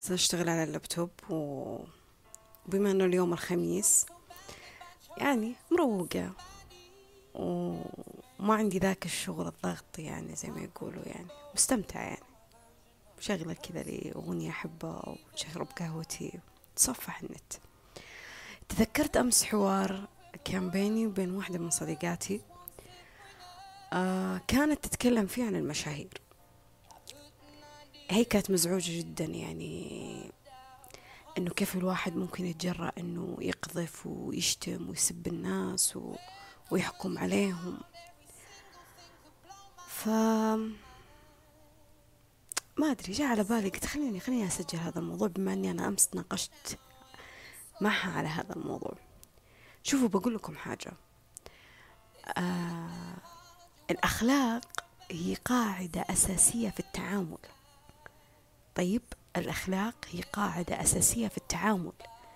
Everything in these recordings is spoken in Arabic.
جلست أشتغل على اللابتوب وبما أنه اليوم الخميس يعني مروقة وما عندي ذاك الشغل الضغط، يعني زي ما يقولوا، يعني مستمتعة، يعني شغلة كذا لي أغنية أحبها وشرب قهوتي تصفح النت. تذكرت أمس حوار كان بيني وبين واحدة من صديقاتي، كانت تتكلم فيه عن المشاهير. هي كانت مزعوجة جدا، يعني انه كيف الواحد ممكن يتجرأ انه يقذف ويشتم ويسب الناس ويحكم عليهم. ف ما ادري، جاء على بالي قلت خليني اسجل هذا الموضوع، بما اني انا امس ناقشت معها على هذا الموضوع. شوفوا، بقول لكم حاجة. الاخلاق هي قاعدة اساسية في التعامل. طيب، الاخلاق هي قاعدة اساسية في التعامل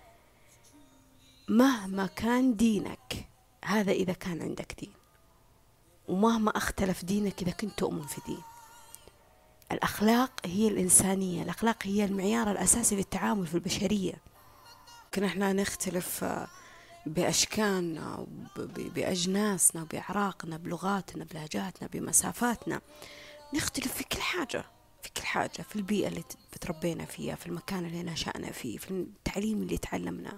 مهما كان دينك، هذا إذا كان عندك دين، ومهما اختلف دينك إذا كنت تؤمن في دين. الأخلاق هي الإنسانية، الأخلاق هي المعيار الأساسي في التعامل في البشرية. كنا احنا نختلف بأشكالنا، بأجناسنا، بأعراقنا، بلغاتنا، بلهجاتنا، بمسافاتنا، نختلف في كل حاجة، في كل حاجة، في البيئة اللي تربينا فيها، في المكان اللي نشأنا فيه، في التعليم اللي تعلمناه.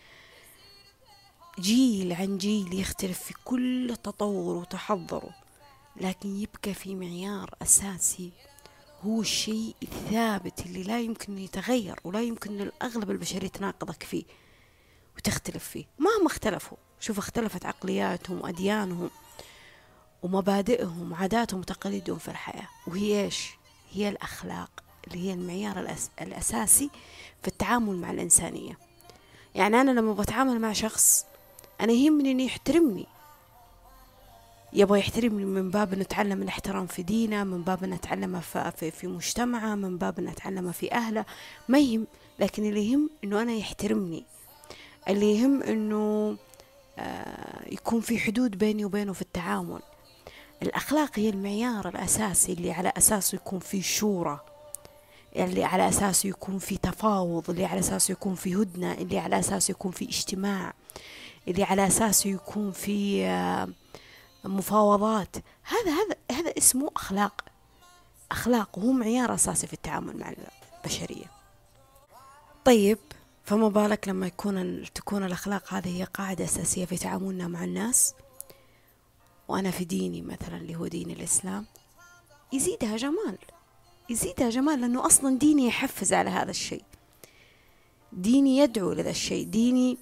جيل عن جيل يختلف في كل تطور وتحضره، لكن يبقى في معيار أساسي هو الشيء الثابت اللي لا يمكن يتغير، ولا يمكن الأغلب البشرية تناقضك فيه وتختلف فيه مهما اختلفوا. شوف، اختلفت عقلياتهم وأديانهم ومبادئهم وعاداتهم وتقاليدهم في الحياة، وهي إيش؟ هي الأخلاق اللي هي المعيار الأساسي في التعامل مع الإنسانية. يعني أنا لما بتعامل مع شخص، أنا يهمني أن يحترمني، يبغى يحترمني من باب نتعلم الاحترام في دينه، من باب نتعلمه في مجتمعه، من باب نتعلمه في أهله، ما يهم. لكن اللي يهم أنه أنا يحترمني، اللي يهم أنه يكون في حدود بيني وبينه في التعامل. الأخلاق هي المعيار الأساسي اللي على أساسه يكون في شورى، اللي على أساسه يكون في تفاوض، اللي على أساسه يكون في هدنة، اللي على أساسه يكون في اجتماع، اللي على أساسه يكون في مفاوضات. هذا اسمه أخلاق. أخلاق هو معيار أساسي في التعامل مع البشرية. طيب، فما بالك لما تكون الأخلاق هذه هي قاعدة أساسية في تعاملنا مع الناس، وأنا في ديني مثلا اللي هو دين الإسلام يزيدها جمال، يزيدها جمال، لأنه أصلا ديني يحفز على هذا الشيء، ديني يدعو لهذا الشيء، ديني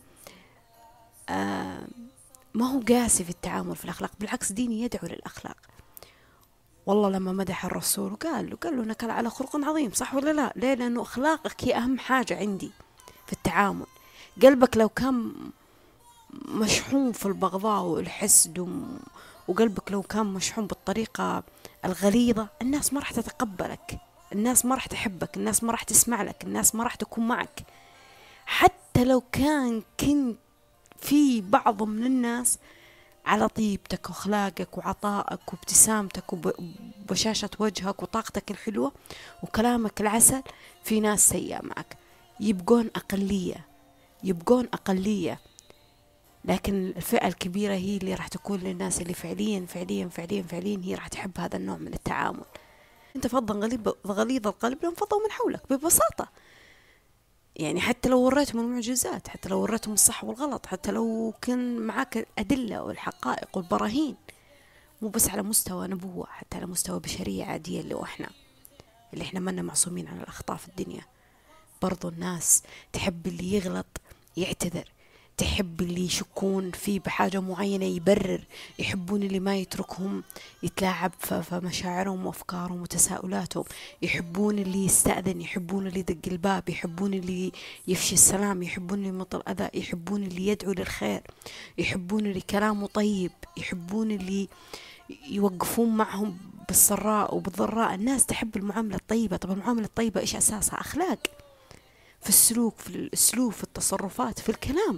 ما هو قاسي في التعامل في الأخلاق، بالعكس ديني يدعو للأخلاق. والله لما مدح الرسول قال له إنك على خلق عظيم، صح ولا لا؟ ليه؟ لأنه أخلاقك هي أهم حاجة عندي في التعامل. قلبك لو كان مشحون في البغضاء والحسد، وقلبك لو كان مشحون بالطريقة الغليظة، الناس ما راح تتقبلك، الناس ما راح تحبك، الناس ما راح تسمع لك، الناس ما راح تكون معك. حتى لو كنت في بعض من الناس على طيبتك وأخلاقك وعطائك وابتسامتك وبشاشة وجهك وطاقتك الحلوة وكلامك العسل، في ناس سيئة معك، يبقون أقلية. لكن الفئة الكبيرة هي اللي راح تكون للناس اللي فعليا هي راح تحب هذا النوع من التعامل. انت فضلا غليظ القلب لهم فضوا من حولك ببساطة. يعني حتى لو وريتهم المعجزات، حتى لو وريتهم الصح والغلط، حتى لو كان معاك الأدلة والحقائق والبراهين، مو بس على مستوى نبوة، حتى على مستوى بشرية عادية اللي احنا منا معصومين عن الأخطاء في الدنيا. برضو الناس تحب اللي يغلط يعتذر، تحب اللي يشكون فيه بحاجة معينة يبرر، يحبون اللي ما يتركهم يتلاعب في مشاعرهم وأفكارهم وتساؤلاتهم، يحبون اللي يستأذن، يحبون اللي يدق الباب، يحبون اللي يفشي السلام، يحبون اللي يمط الأذى، يحبون اللي يدعو للخير، يحبون اللي كلامه طيب، يحبون اللي يوقفون معهم بالسراء وبالضراء. الناس تحب المعاملة الطيبة. طب المعاملة الطيبة إيش أساسها؟ أخلاق، في السلوك، في الأسلوب، في التصرفات، في الكلام.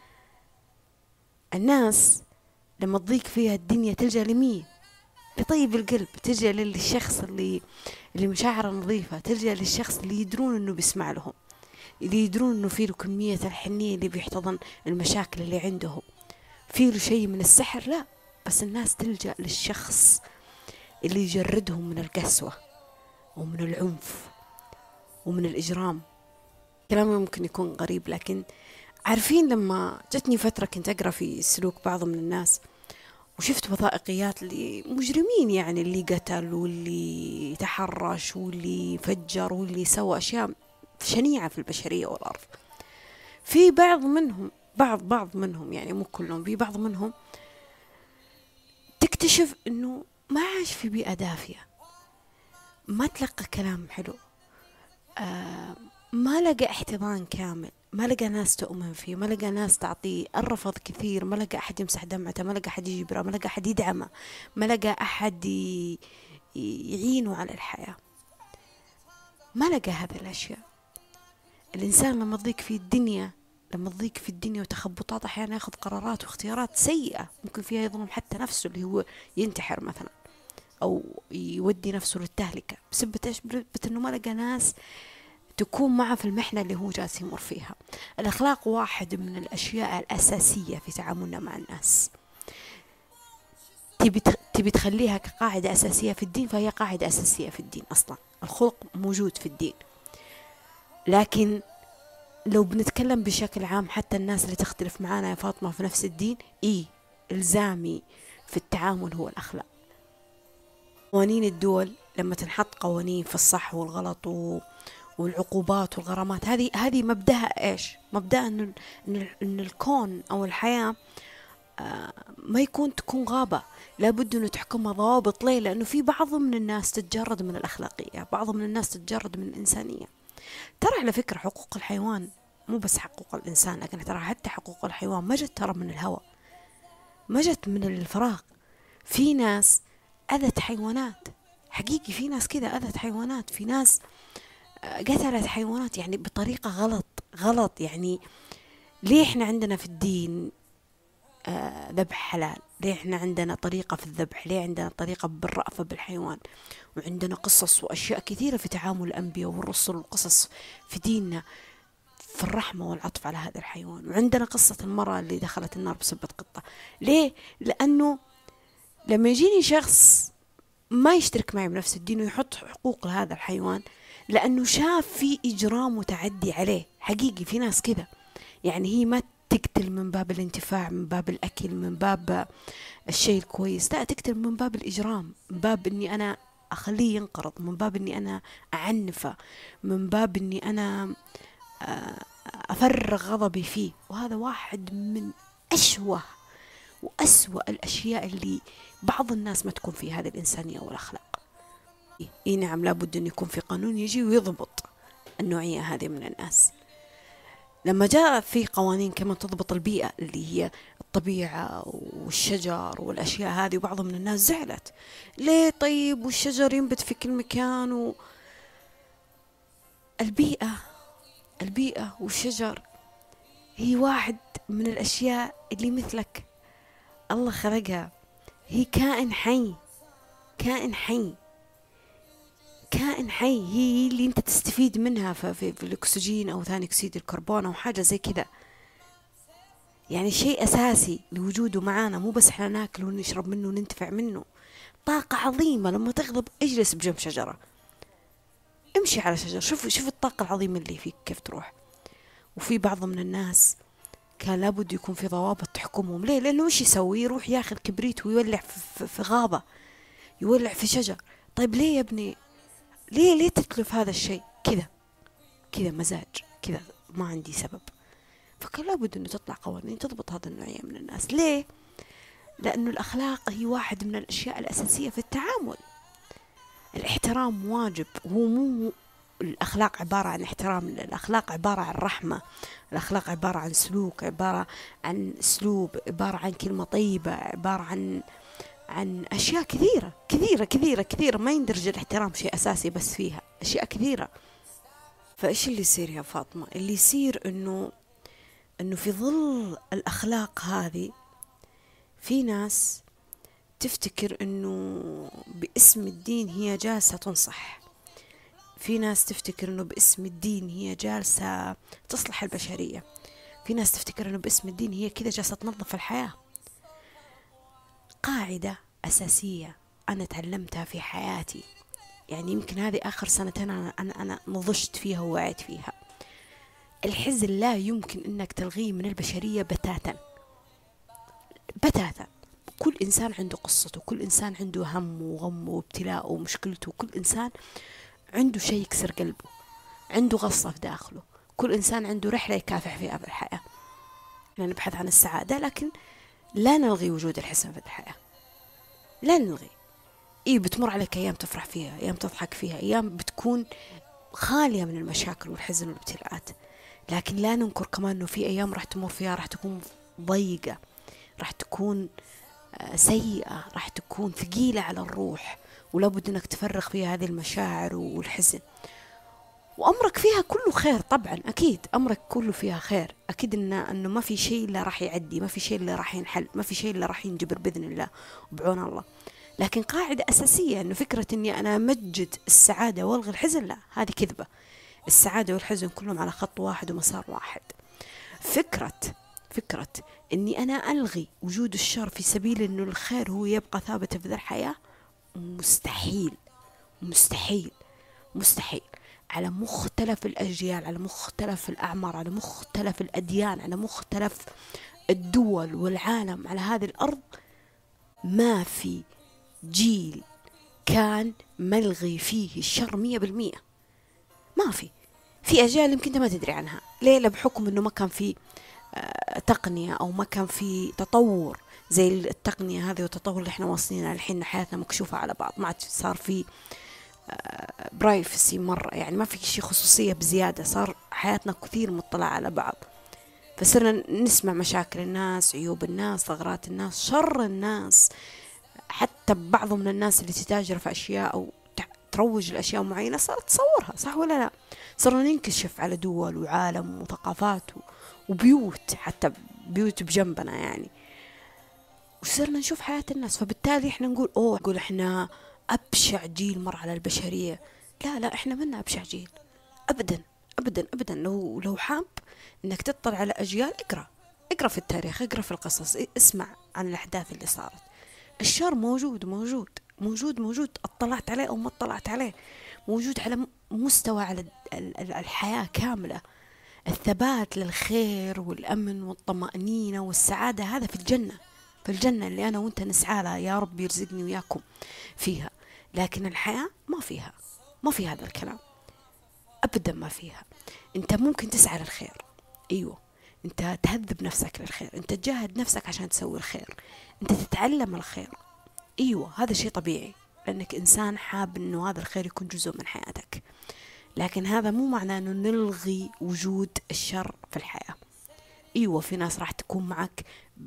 الناس لما تضيق فيها الدنيا تلجأ لمين؟ لطيب القلب، تلجأ للشخص اللي مشاعره نظيفة، تلجأ للشخص اللي يدرون انه بيسمع لهم. اللي يدرون انه فيه له كمية الحنية اللي بيحتضن المشاكل اللي عندهم، فيه له شيء من السحر. لا، بس الناس تلجأ للشخص اللي يجردهم من القسوة ومن العنف ومن الإجرام. كلامي ممكن يكون غريب، لكن عارفين لما جتني فترة كنت أقرأ في سلوك بعض من الناس، وشفت وثائقيات لمجرمين، يعني اللي قتل واللي تحرش واللي فجر واللي سوى أشياء شنيعة في البشرية والأرض. في بعض منهم، بعض منهم، يعني مو كلهم، في بعض منهم تكتشف أنه ما عاش في بيئة دافية، ما تلقى كلام حلو، ما لقى احتضان كامل، ما لقى ناس تؤمن فيه، ما لقى ناس تعطيه الرفض كثير، ما لقى أحد يمسح دمعته، ما لقى أحد يجبره، ما لقى أحد يدعمه، ما لقى أحد يعينه على الحياة، ما لقى هذه الأشياء. الإنسان لما تضيق في الدنيا، وتخبطات، أحيانا ياخذ قرارات واختيارات سيئة ممكن فيها يظلم حتى نفسه، اللي هو ينتحر مثلا أو يودي نفسه للتهلكة بسبب إيش؟ بسبب إنه ما لقى ناس تكون معه في المحنة اللي هو جالس يمر فيها. الأخلاق واحد من الأشياء الأساسية في تعاملنا مع الناس. تبي تخليها كقاعدة أساسية في الدين، فهي قاعدة أساسية في الدين أصلا، الخلق موجود في الدين. لكن لو بنتكلم بشكل عام، حتى الناس اللي تختلف معانا يا فاطمة في نفس الدين، إلزامي في التعامل هو الأخلاق. قوانين الدول لما تنحط قوانين في الصح والغلط والعقوبات والغرامات، هذه مبدأها إيش؟ مبدأ إن الكون أو الحياة ما تكون غابة، لابد أنه تحكمها ضوابط. ليه؟ لأنه في بعض من الناس تتجرد من الأخلاقية، بعض من الناس تتجرد من الإنسانية. ترى على فكرة حقوق الحيوان مو بس حقوق الإنسان، لكن ترى حتى حقوق الحيوان ما جت ترى من الهواء، ما جت من الفراغ. في ناس أذت حيوانات، حقيقي في ناس كذا أذت حيوانات، في ناس قتلت حيوانات يعني بطريقة غلط. يعني ليه احنا عندنا في الدين ذبح حلال؟ ليه احنا عندنا طريقة في الذبح؟ ليه عندنا طريقة بالرأفة بالحيوان؟ وعندنا قصص وأشياء كثيرة في تعامل الأنبياء والرسل، وقصص في ديننا في الرحمة والعطف على هذا الحيوان. وعندنا قصة المرأة اللي دخلت النار بسبة قطة. ليه؟ لأنه لما يجيني شخص ما يشترك معي بنفس الدين ويحط حقوق لهذا الحيوان، لأنه شاف في إجرام وتعدي عليه. حقيقي في ناس كذا، يعني هي ما تقتل من باب الانتفاع، من باب الأكل، من باب الشيء الكويس، لا، تقتل من باب الإجرام، من باب أني أنا أخليه ينقرض، من باب أني أنا أعنفه، من باب أني أنا أفرغ غضبي فيه. وهذا واحد من أشوه وأسوأ الأشياء اللي بعض الناس ما تكون في هذه الإنسانية والأخلاق. نعم، لابد أن يكون في قانون يجي ويضبط النوعية هذه من الناس. لما جاء في قوانين كمان تضبط البيئة اللي هي الطبيعة والشجر والأشياء هذه، وبعض من الناس زعلت، ليه طيب والشجر ينبت في كل مكان البيئة والشجر هي واحد من الأشياء اللي مثلك، الله خلقها، هي كائن حي، هي اللي انت تستفيد منها في الأكسجين أو ثاني أكسيد الكربون أو حاجة زي كذا. يعني شيء أساسي لوجوده معانا، مو بس احنا ناكل ونشرب منه وننتفع منه. طاقة عظيمة. لما تغضب اجلس بجنب شجرة، امشي على شجرة، شوف الطاقة العظيمة اللي فيك كيف تروح. وفي بعض من الناس كان لابد يكون في ضوابط تحكمهم. ليه؟ لأنه وش يسوي؟ يروح ياخذ كبريت ويولع في غابة، يولع في شجر. طيب ليه يا ابني؟ ليه تتلف هذا الشيء كذا مزاج كذا؟ ما عندي سبب. فكان لابد أنه تطلع قوانين تضبط هذا النوعية من الناس. ليه؟ لأنه الأخلاق هي واحد من الأشياء الأساسية في التعامل. الاحترام واجب، هو مو الأخلاق عبارة عن احترام، الأخلاق عبارة عن رحمة، الأخلاق عبارة عن سلوك، عبارة عن أسلوب، عبارة عن كلمة طيبة، عبارة عن أشياء كثيرة. ما يندرج الاحترام شيء أساسي بس فيها أشياء كثيرة. فإيش اللي يصير يا فاطمة؟ اللي يصير إنه في ظل الأخلاق هذه في ناس تفتكر إنه باسم الدين هي جالسة تنصح. في ناس تفتكر أنه باسم الدين هي جالسة تصلح البشرية، في ناس تفتكر أنه باسم الدين هي كذا جالسة تنظف الحياة. قاعدة أساسية أنا تعلمتها في حياتي، يعني يمكن هذه آخر سنتين أنا نضجت فيها ووعيت فيها. الحزن لا يمكن أنك تلغيه من البشرية بتاتا بتاتا. كل إنسان عنده قصته، كل إنسان عنده هم وغم وابتلاء ومشكلته، كل إنسان عنده شيء يكسر قلبه، عنده غصة في داخله، كل إنسان عنده رحلة يكافح فيها بالحياة. يعني نبحث عن السعادة، لكن لا نلغي وجود الحزن في الحياة، لا نلغي. بتمر عليك أيام تفرح فيها، أيام تضحك فيها، أيام بتكون خالية من المشاكل والحزن والابتلاءات، لكن لا ننكر كمان أنه في أيام راح تمر فيها راح تكون ضيقة، راح تكون سيئة، راح تكون ثقيلة على الروح، ولابد أنك تفرغ فيها هذه المشاعر والحزن. وأمرك فيها كله خير طبعا، أكيد أمرك كله فيها خير، أكيد أنه ما في شيء إلا راح يعدي، ما في شيء إلا راح ينحل، ما في شيء إلا راح ينجبر بإذن الله وبعون الله. لكن قاعدة أساسية أنه فكرة أني أنا أمجد السعادة وألغي الحزن، لا، هذه كذبة. السعادة والحزن كلهم على خط واحد ومسار واحد. فكرة أني أنا ألغي وجود الشر في سبيل أنه الخير هو يبقى ثابت في ذا الحياة، مستحيل مستحيل مستحيل. على مختلف الأجيال، على مختلف الأعمار، على مختلف الأديان، على مختلف الدول والعالم على هذه الأرض، ما في جيل كان ملغي فيه الشر 100%. ما في أجيال يمكن ما تدري عنها، ليه؟ بحكم أنه ما كان في تقنية، أو ما كان في تطور زي التقنية هذه والتطور اللي احنا واصلين الحين، حياتنا مكشوفة على بعض، ما عاد صار في برايفسي مرة، يعني ما في شيء خصوصية بزيادة، صار حياتنا كثير مطلع على بعض، فصرنا نسمع مشاكل الناس، عيوب الناس، ثغرات الناس، شر الناس، حتى بعض من الناس اللي تتاجر في أشياء أو تروج لأشياء معينة صارت تصورها، صح ولا لا؟ صرنا ننكشف على دول وعالم وثقافات وبيوت، حتى بيوت بجنبنا يعني، وصرنا نشوف حياة الناس. فبالتالي احنا نقول احنا أبشع جيل مر على البشرية. لا، احنا منا أبشع جيل أبدا أبدا أبدا. لو حاب انك تطلع على أجيال، اقرأ في التاريخ، اقرأ في القصص، اسمع عن الأحداث اللي صارت. الشر موجود موجود موجود موجود، اطلعت عليه أو ما اطلعت عليه، موجود على مستوى على الحياة كاملة. الثبات للخير والأمن والطمأنينة والسعادة هذا في الجنة، في الجنة اللي أنا وأنت نسعى لها، يا رب يرزقني وياكم فيها. لكن الحياة ما فيها، ما في هذا الكلام أبدا، ما فيها. أنت ممكن تسعى للخير، أيوة، أنت تهذب نفسك للخير، أنت تجاهد نفسك عشان تسوي الخير، أنت تتعلم الخير، أيوة، هذا شيء طبيعي لأنك إنسان حاب أنه هذا الخير يكون جزء من حياتك. لكن هذا مو معناه أنه نلغي وجود الشر في الحياة. أيوة، في ناس راح تكون معك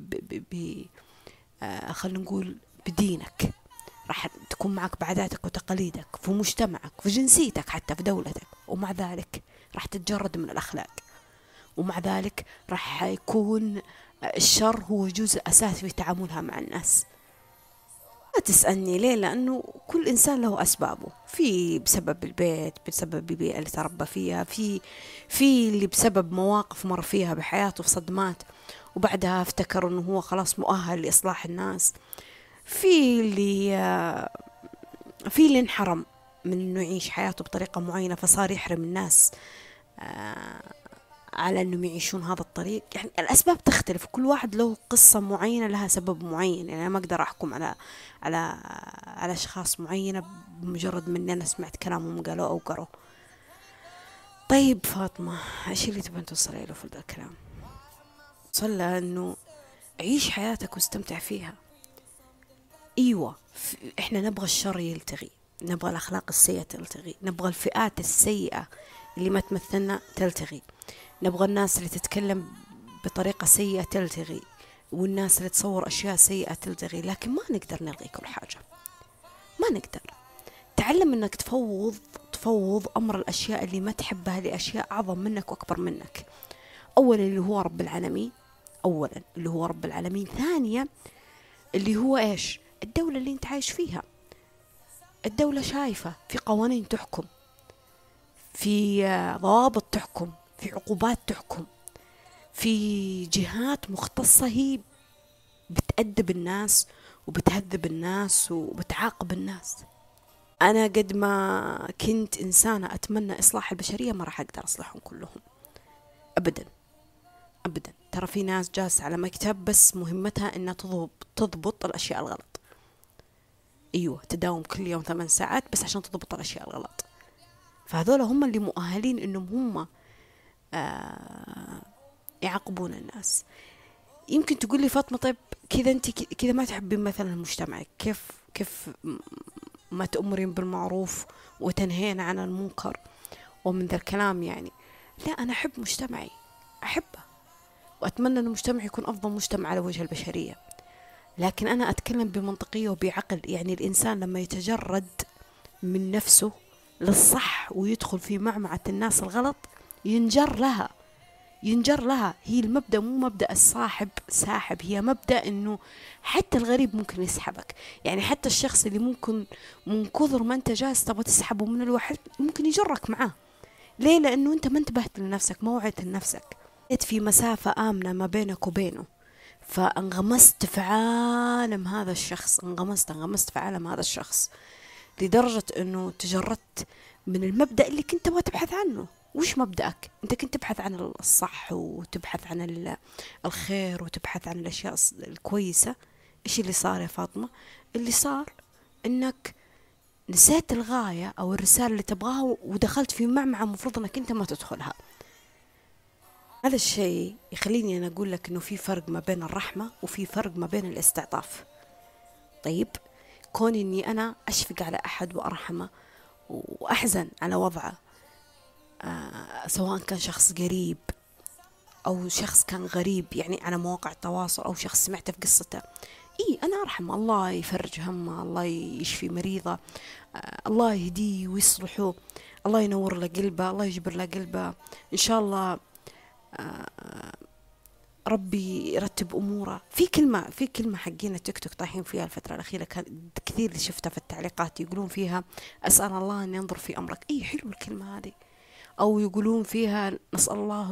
خلينا نقول بدينك، راح تكون معك بعاداتك وتقاليدك، في مجتمعك، في جنسيتك، حتى في دولتك، ومع ذلك راح تتجرد من الأخلاق، ومع ذلك راح يكون الشر هو جزء أساسي في تعاملها مع الناس. ما تسألني ليه، لأنه كل إنسان له أسبابه، في بسبب البيت، بسبب البيئة اللي تربى فيها، في اللي بسبب مواقف مر فيها بحياته في صدمات وبعدها افتكر أنه هو خلاص مؤهل لإصلاح الناس، في اللي انحرم من أنه يعيش حياته بطريقة معينة فصار يحرم الناس على أنهم يعيشون هذا الطريق. يعني الأسباب تختلف، كل واحد له قصة معينة لها سبب معين. يعني أنا ما أقدر أحكم على أشخاص معينة بمجرد من أنا سمعت كلامهم قالوا أو قروا. طيب فاطمة، إيش اللي تبغى توصلي له في هذا الكلام؟ وصل له أنه عيش حياتك واستمتع فيها. أيوة، إحنا نبغى الشر يلتغي، نبغى الأخلاق السيئة تلتغي، نبغى الفئات السيئة اللي ما تمثلنا تلتغي، نبغى الناس اللي تتكلم بطريقة سيئة تلتغي، والناس اللي تصور أشياء سيئة تلتغي. لكن ما نقدر نلغي كل حاجة، ما نقدر. تعلم أنك تفوض أمر الأشياء اللي ما تحبها لأشياء أعظم منك وأكبر منك. أولا اللي هو رب العالمين، ثانيا اللي هو إيش؟ الدولة اللي أنت عايش فيها. الدولة شايفة في قوانين تحكم، في ضوابط تحكم، في عقوبات تحكم، في جهات مختصة هي بتأدب الناس وبتهذب الناس وبتعاقب الناس. أنا قد ما كنت إنسانة أتمنى إصلاح البشرية ما راح أقدر أصلحهم كلهم أبدا أبدا. ترى في ناس جالسة على مكتب بس مهمتها إنها تضبط الأشياء الغلط. أيوة، تداوم كل يوم 8 ساعات بس عشان تضبط الأشياء الغلط. فهذول هم اللي مؤهلين إنهم هم يعاقبون الناس. يمكن تقول لي فاطمة طيب كذا أنت كذا ما تحبين مثلا مجتمعك، كيف ما تأمرين بالمعروف وتنهين عن المنكر ومن ذا الكلام يعني؟ لا، أنا أحب مجتمعي، أحبه وأتمنى أن المجتمع يكون أفضل مجتمع على وجه البشرية، لكن أنا أتكلم بمنطقية وبعقل. يعني الإنسان لما يتجرد من نفسه للصح ويدخل في معمعة الناس الغلط ينجر لها. هي المبدأ مو مبدأ الصاحب ساحب، هي مبدأ انه حتى الغريب ممكن يسحبك. يعني حتى الشخص اللي ممكن من كثر ما انت جالس تبغى تسحبه من الوحد ممكن يجرك معاه. ليه؟ لانه انت ما انتبهت لنفسك، ما وعيت لنفسك، في مسافة آمنة ما بينك وبينه، فانغمست في عالم هذا الشخص، انغمست في عالم هذا الشخص لدرجة انه تجردت من المبدأ اللي كنت ما تبحث عنه. وش مبدأك؟ انت كنت تبحث عن الصح وتبحث عن الخير وتبحث عن الاشياء الكويسة. ايش اللي صار يا فاطمة؟ اللي صار انك نسيت الغاية او الرسالة اللي تبغاها ودخلت في معمعة مفروض انك انت ما تدخلها. هذا الشيء يخليني انا اقول لك انه في فرق ما بين الرحمة وفي فرق ما بين الاستعطاف. طيب، كون اني انا اشفق على احد وارحمه واحزن على وضعه، سواء كان شخص قريب او شخص كان غريب يعني على مواقع التواصل او شخص سمعته في قصته، انا ارحمه، الله يفرج همه، الله يشفي مريضه، الله يهديه ويصلحه، الله ينور له قلبه، الله يجبر له قلبه ان شاء الله، ربي يرتب اموره. في كلمه حقين التيك توك طايحين فيها الفتره الاخيره، كان كثير اللي شفتها في التعليقات يقولون فيها اسال الله ان ينظر في امرك. حلو الكلمه هذه. او يقولون فيها نسال الله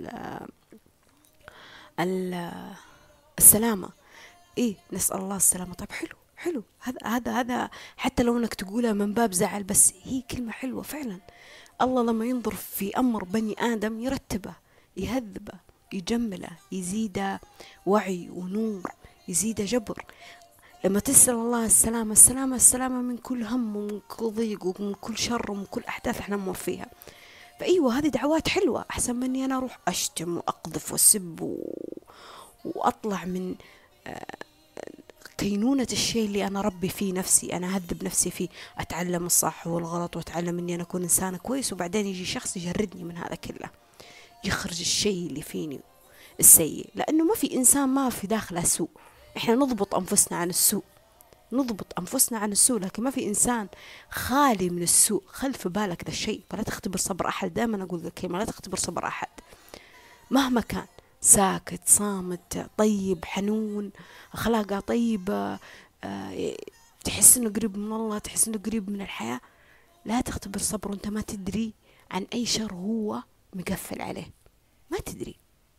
ال السلامه. نسال الله السلامه. طيب، حلو هذا حتى لو انك تقولها من باب زعل، بس هي كلمه حلوه فعلا. الله لما ينظر في امر بني ادم يرتبه، يهذبه، يجمله، يزيد وعي ونور، يزيد جبر. لما تسأل الله السلامة من كل هم ومن كل ضيق ومن كل شر ومن كل أحداث احنا نمر فيها. فأيوة، هذه دعوات حلوة أحسن من أني أنا أروح أشتم وأقذف وأسب وأطلع من كينونة الشيء اللي أنا ربي فيه نفسي، أنا أهذب نفسي فيه، أتعلم الصح والغلط وأتعلم أني أنا أكون إنسانة كويس، وبعدين يجي شخص يجردني من هذا كله، يخرج الشيء اللي فيني السيء. لأنه ما في إنسان ما في داخله سوء. إحنا نضبط أنفسنا عن السوء، لكن ما في إنسان خالي من السوء. خل في بالك ذا الشيء، فلا تختبر صبر أحد. دائما أقول ذا الكلمة، لا تختبر صبر أحد مهما كان، ساكت، صامت، طيب، حنون، أخلاقه طيبة، تحس إنه قريب من الله، تحس إنه قريب من الحياة. لا تختبر صبر وأنت ما تدري عن أي شر هو مقفل عليه، ما تدري.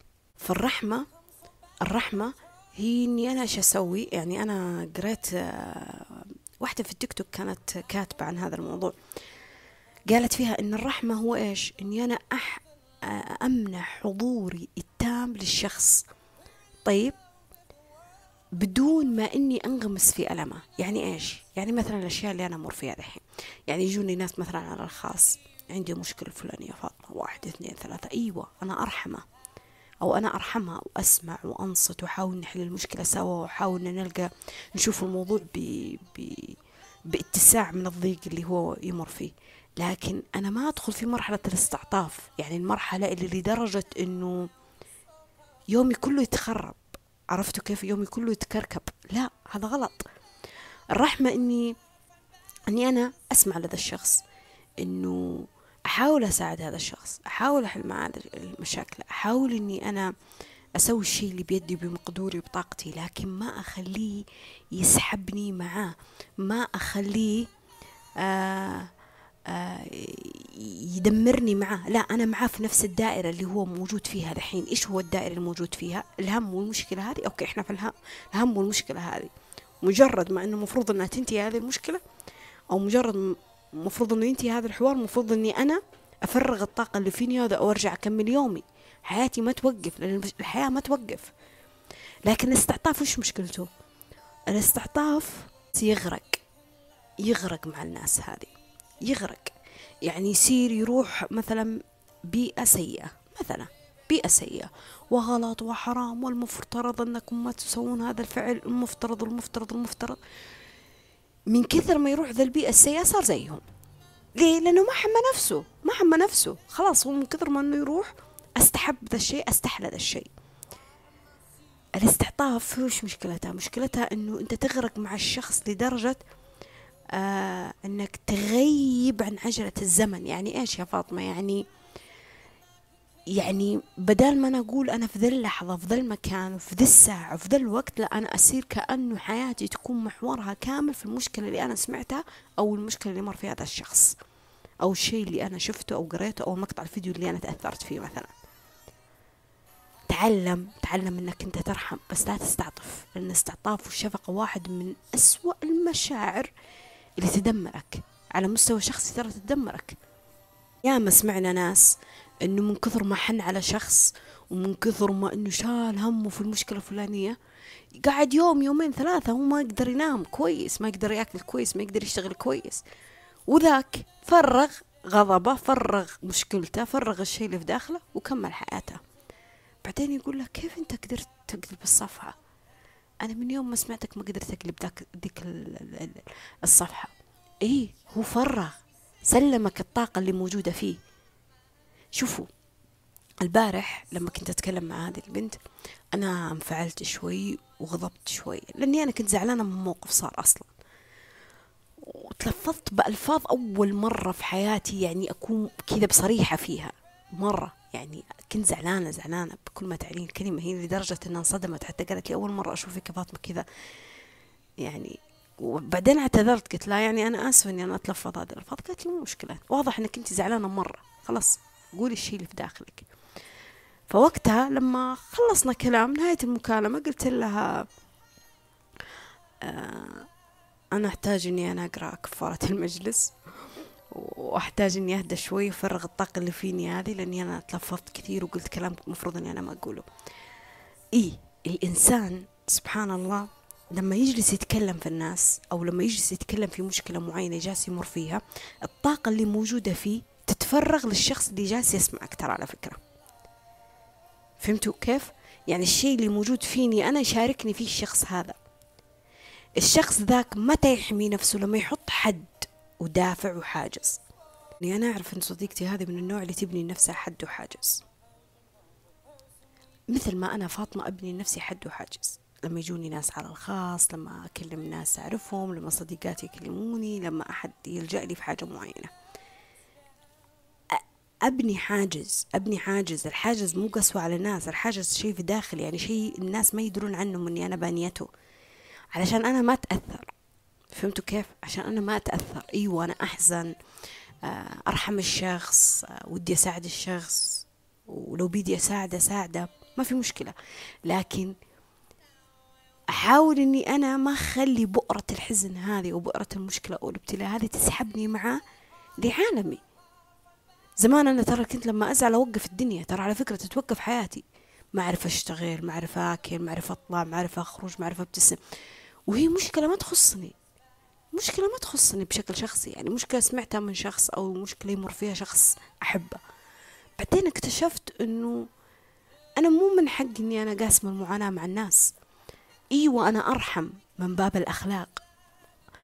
الرحمة هي إني أنا إيش أسوي. يعني أنا قريت واحدة في التيك توك كانت كاتبة عن هذا الموضوع، قالت فيها إن الرحمة هو إيش؟ إني أنا أمنح حضوري التام للشخص، طيب، بدون ما إني أنغمس في ألمه. يعني إيش؟ يعني مثلا الأشياء اللي أنا أمر فيها الحين، يعني يجوني ناس مثلا على الخاص، عندي مشكلة فلانية فاطمة، 1 2 3، أيوة أنا أرحمه أو أنا أرحمها وأسمع وأنصت وأحاول نحل المشكلة سوا، وأحاول نشوف الموضوع باتساع من الضيق اللي هو يمر فيه. لكن أنا ما أدخل في مرحلة الاستعطاف، يعني المرحلة اللي لدرجة إنه يومي كله يتخرب. عرفتوا كيف؟ يومي كله يتكركب. لا، هذا غلط. الرحمة إني أنا أسمع لهذا الشخص، إنه أحاول أساعد هذا الشخص، أحاول أحل معاه المشاكل، أحاول إني أنا أسوي الشيء اللي بيدي بمقدوري وبطاقتي، لكن ما أخليه يسحبني معاه، ما أخليه يدمرني معاه، لا أنا معاه في نفس الدائرة اللي هو موجود فيها الحين. إيش هو الدائرة الموجود فيها؟ الهم والمشكلة هذه. أوكي إحنا في الهم والمشكلة هذه. مجرد ما إنه مفروض إنها تنتهي هذه المشكلة، أو مجرد مفروض إنه ينتهي هذا الحوار، مفروض إني أنا أفرغ الطاقة اللي فيني هذا وأرجع أكمل يومي. حياتي ما توقف، لأن الحياة ما توقف. لكن الاستعطاف وش مشكلته؟ الاستعطاف يغرق مع الناس هذه، يغرق. يعني يصير يروح مثلا بيئة سيئة، مثلا بيئة سيئة وغلط وحرام، والمفترض أنكم ما تسوون هذا الفعل، المفترض. من كثر ما يروح ذا البيئة السيئة صار زيهم. ليه؟ لأنه ما حمى نفسه خلاص. هو من كثر ما أنه يروح أستحب ذا الشيء، أستحلى ذا الشيء. الاستعطاف وش مشكلتها؟ مشكلتها أنه أنت تغرق مع الشخص لدرجة أنك تغيب عن عجلة الزمن. يعني إيش يا فاطمة؟ يعني بدال ما أنا أقول أنا في ذا اللحظة في ذا المكان في ذا الساعة في ذا الوقت، لا أنا أصير كأنه حياتي تكون محورها كامل في المشكلة اللي أنا سمعتها، أو المشكلة اللي مر فيها هذا الشخص، أو الشيء اللي أنا شفته أو قريته، أو مقطع الفيديو اللي أنا تأثرت فيه مثلا. تعلم أنك أنت ترحم، بس لا تستعطف، لأن الاستعطاف والشفقة واحد من أسوأ المشاعر اللي تدمرك على مستوى شخصي، ترى تدمرك. يا ما سمعنا ناس انه من كثر ما حن على شخص، ومن كثر ما انه شال همه في المشكلة الفلانية، قاعد يوم يومين ثلاثة هو ما يقدر ينام كويس، ما يقدر ياكل كويس، ما يقدر يشتغل كويس، وذاك فرغ غضبه، فرغ مشكلته، فرغ الشيء اللي في داخله وكمل حياته. بعدين يقول لك كيف انت قدرت تقلب الصفحة؟ انا من يوم ما سمعتك ما قدرت اقلب ديك الصفحة. ايه، هو فرغ، سلمك الطاقة اللي موجودة فيه. شوفوا، البارح لما كنت أتكلم مع هذه البنت أنا انفعلت شوي وغضبت شوي، لأني أنا كنت زعلانة من موقف صار أصلا، وتلفظت بألفاظ أول مرة في حياتي يعني أكون كذا بصريحة فيها مرة. يعني كنت زعلانة بكل ما تعنيه الكلمة، هي لدرجة أنها انصدمت، حتى قالت لي أول مرة أشوفك يا فاطمة كذا يعني. وبعدين اعتذرت، قلت لا يعني أنا آسفة إني أنا أتلفظ هذه الألفاظ. قالت لي مو مشكلة، واضح إنك أنت زعلانة مرة، خلاص قولي الشيء اللي في داخلك. فوقتها لما خلصنا كلام نهاية المكالمة قلت لها أنا أحتاج إني أنا أقرأ كفارة المجلس، وأحتاج إني أهدى شوي وأفرغ الطاقة اللي فيني هذه، لأني أنا تلفظت كثير وقلت كلام مفروض إني أنا ما أقوله. الإنسان سبحان الله لما يجلس يتكلم في الناس، أو لما يجلس يتكلم في مشكلة معينة جالس يمر فيها، الطاقة اللي موجودة فيه تتفرغ للشخص اللي جالس يسمعك. ترى على فكرة، فهمتوا كيف؟ يعني الشيء اللي موجود فيني أنا يشاركني فيه الشخص هذا. الشخص ذاك متى يحمي نفسه؟ لما يحط حد ودافع وحاجز. يعني أنا أعرف أن صديقتي هذه من النوع اللي تبني لنفسها حد وحاجز، مثل ما أنا فاطمة أبني لنفسي حد وحاجز. لما يجوني ناس على الخاص، لما أكلم ناس أعرفهم، لما صديقاتي يكلموني، لما أحد يلجأ لي في حاجة معينة، أبني حاجز. الحاجز مو قسوة على الناس، الحاجز شيء في داخل، يعني شيء الناس ما يدرون عنه مني أنا بانيته، علشان أنا ما أتأثر. فهمتوا كيف؟ عشان أنا ما أتأثر. أيوة أنا أحزن، أرحم الشخص، ودي أساعد الشخص، ولو بيدي أساعده ما في مشكلة، لكن أحاول أني أنا ما أخلي بؤرة الحزن هذه وبؤرة المشكلة أو الابتلاء هذه تسحبني معاه لعالمي. زمان أنا ترى كنت لما أزعل أوقف الدنيا، ترى على فكرة تتوقف حياتي، ما أعرف أشتغل، ما أعرف أكل، ما أعرف أطلع، ما أعرف أخرج، ما أعرف أبتسم، وهي مشكلة ما تخصني بشكل شخصي، يعني مشكلة سمعتها من شخص أو مشكلة يمر فيها شخص أحبه. بعدين اكتشفت أنه أنا مو من حقي أني أنا قاسمة المعاناة مع الناس. أيوة أنا أرحم من باب الأخلاق،